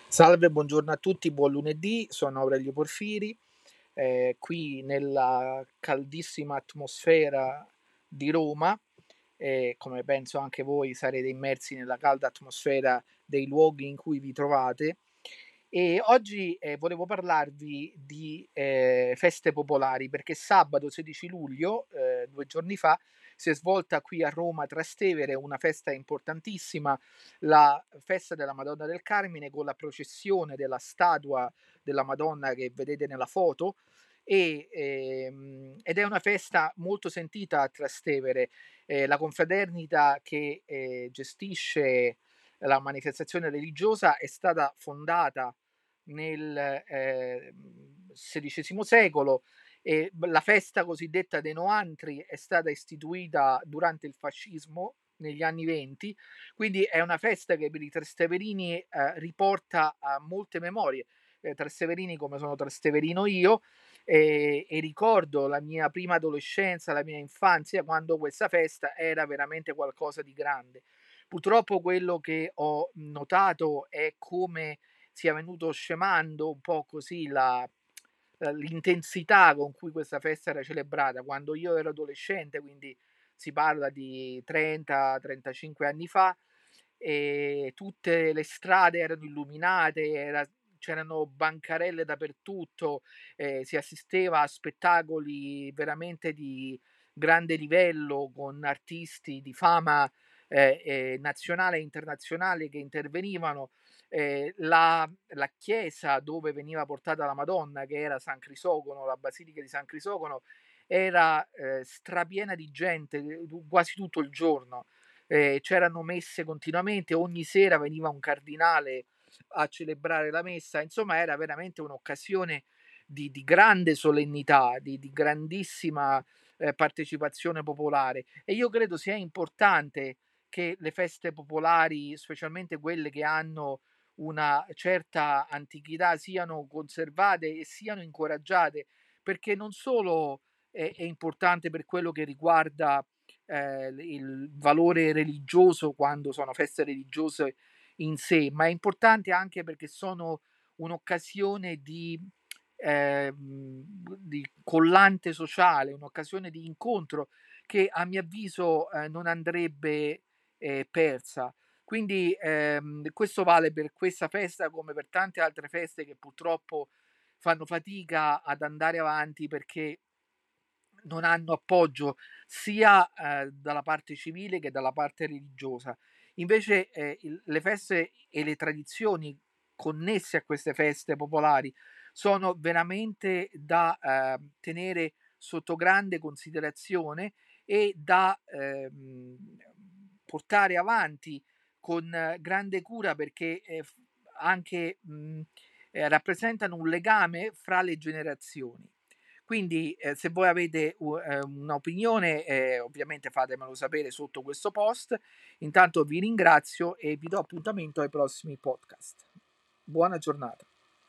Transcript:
Salve, buongiorno a tutti, buon lunedì, sono Aurelio Porfiri, qui nella caldissima atmosfera di Roma, e come penso anche voi sarete immersi nella calda atmosfera dei luoghi in cui vi trovate. E oggi volevo parlarvi di feste popolari, perché sabato 16 luglio, 2 giorni fa, si è svolta qui a Roma Trastevere una festa importantissima, la festa della Madonna del Carmine, con la processione della statua della Madonna che vedete nella foto. Ed è una festa molto sentita a Trastevere. La confraternita che gestisce la manifestazione religiosa è stata fondata nel XVI secolo, e la festa cosiddetta dei Noantri è stata istituita durante il fascismo negli anni 20, quindi è una festa che per i trasteverini riporta a molte memorie. Trasteverini come sono trasteverino io, e ricordo la mia prima adolescenza, la mia infanzia, quando questa festa era veramente qualcosa di grande. Purtroppo quello che ho notato è come sia venuto scemando un po' così l'intensità con cui questa festa era celebrata. Quando io ero adolescente, quindi si parla di 30-35 anni fa, e tutte le strade erano illuminate, c'erano bancarelle dappertutto, si assisteva a spettacoli veramente di grande livello con artisti di fama nazionale e internazionale che intervenivano. La chiesa dove veniva portata la Madonna, che era San Crisogono, la basilica di San Crisogono, era strapiena di gente quasi tutto il giorno. C'erano messe continuamente, ogni sera veniva un cardinale a celebrare la messa, insomma era veramente un'occasione di grande solennità, di grandissima partecipazione popolare, e io credo sia importante che le feste popolari, specialmente quelle che hanno una certa antichità, siano conservate e siano incoraggiate, perché non solo è importante per quello che riguarda il valore religioso quando sono feste religiose in sé, ma è importante anche perché sono un'occasione di collante sociale, un'occasione di incontro che a mio avviso non andrebbe persa. Quindi questo vale per questa festa come per tante altre feste che purtroppo fanno fatica ad andare avanti perché non hanno appoggio sia dalla parte civile che dalla parte religiosa. Invece le feste e le tradizioni connesse a queste feste popolari sono veramente da tenere sotto grande considerazione e da portare avanti con grande cura, perché anche rappresentano un legame fra le generazioni. Quindi se voi avete un'opinione, ovviamente fatemelo sapere sotto questo post. Intanto vi ringrazio e vi do appuntamento ai prossimi podcast. Buona giornata.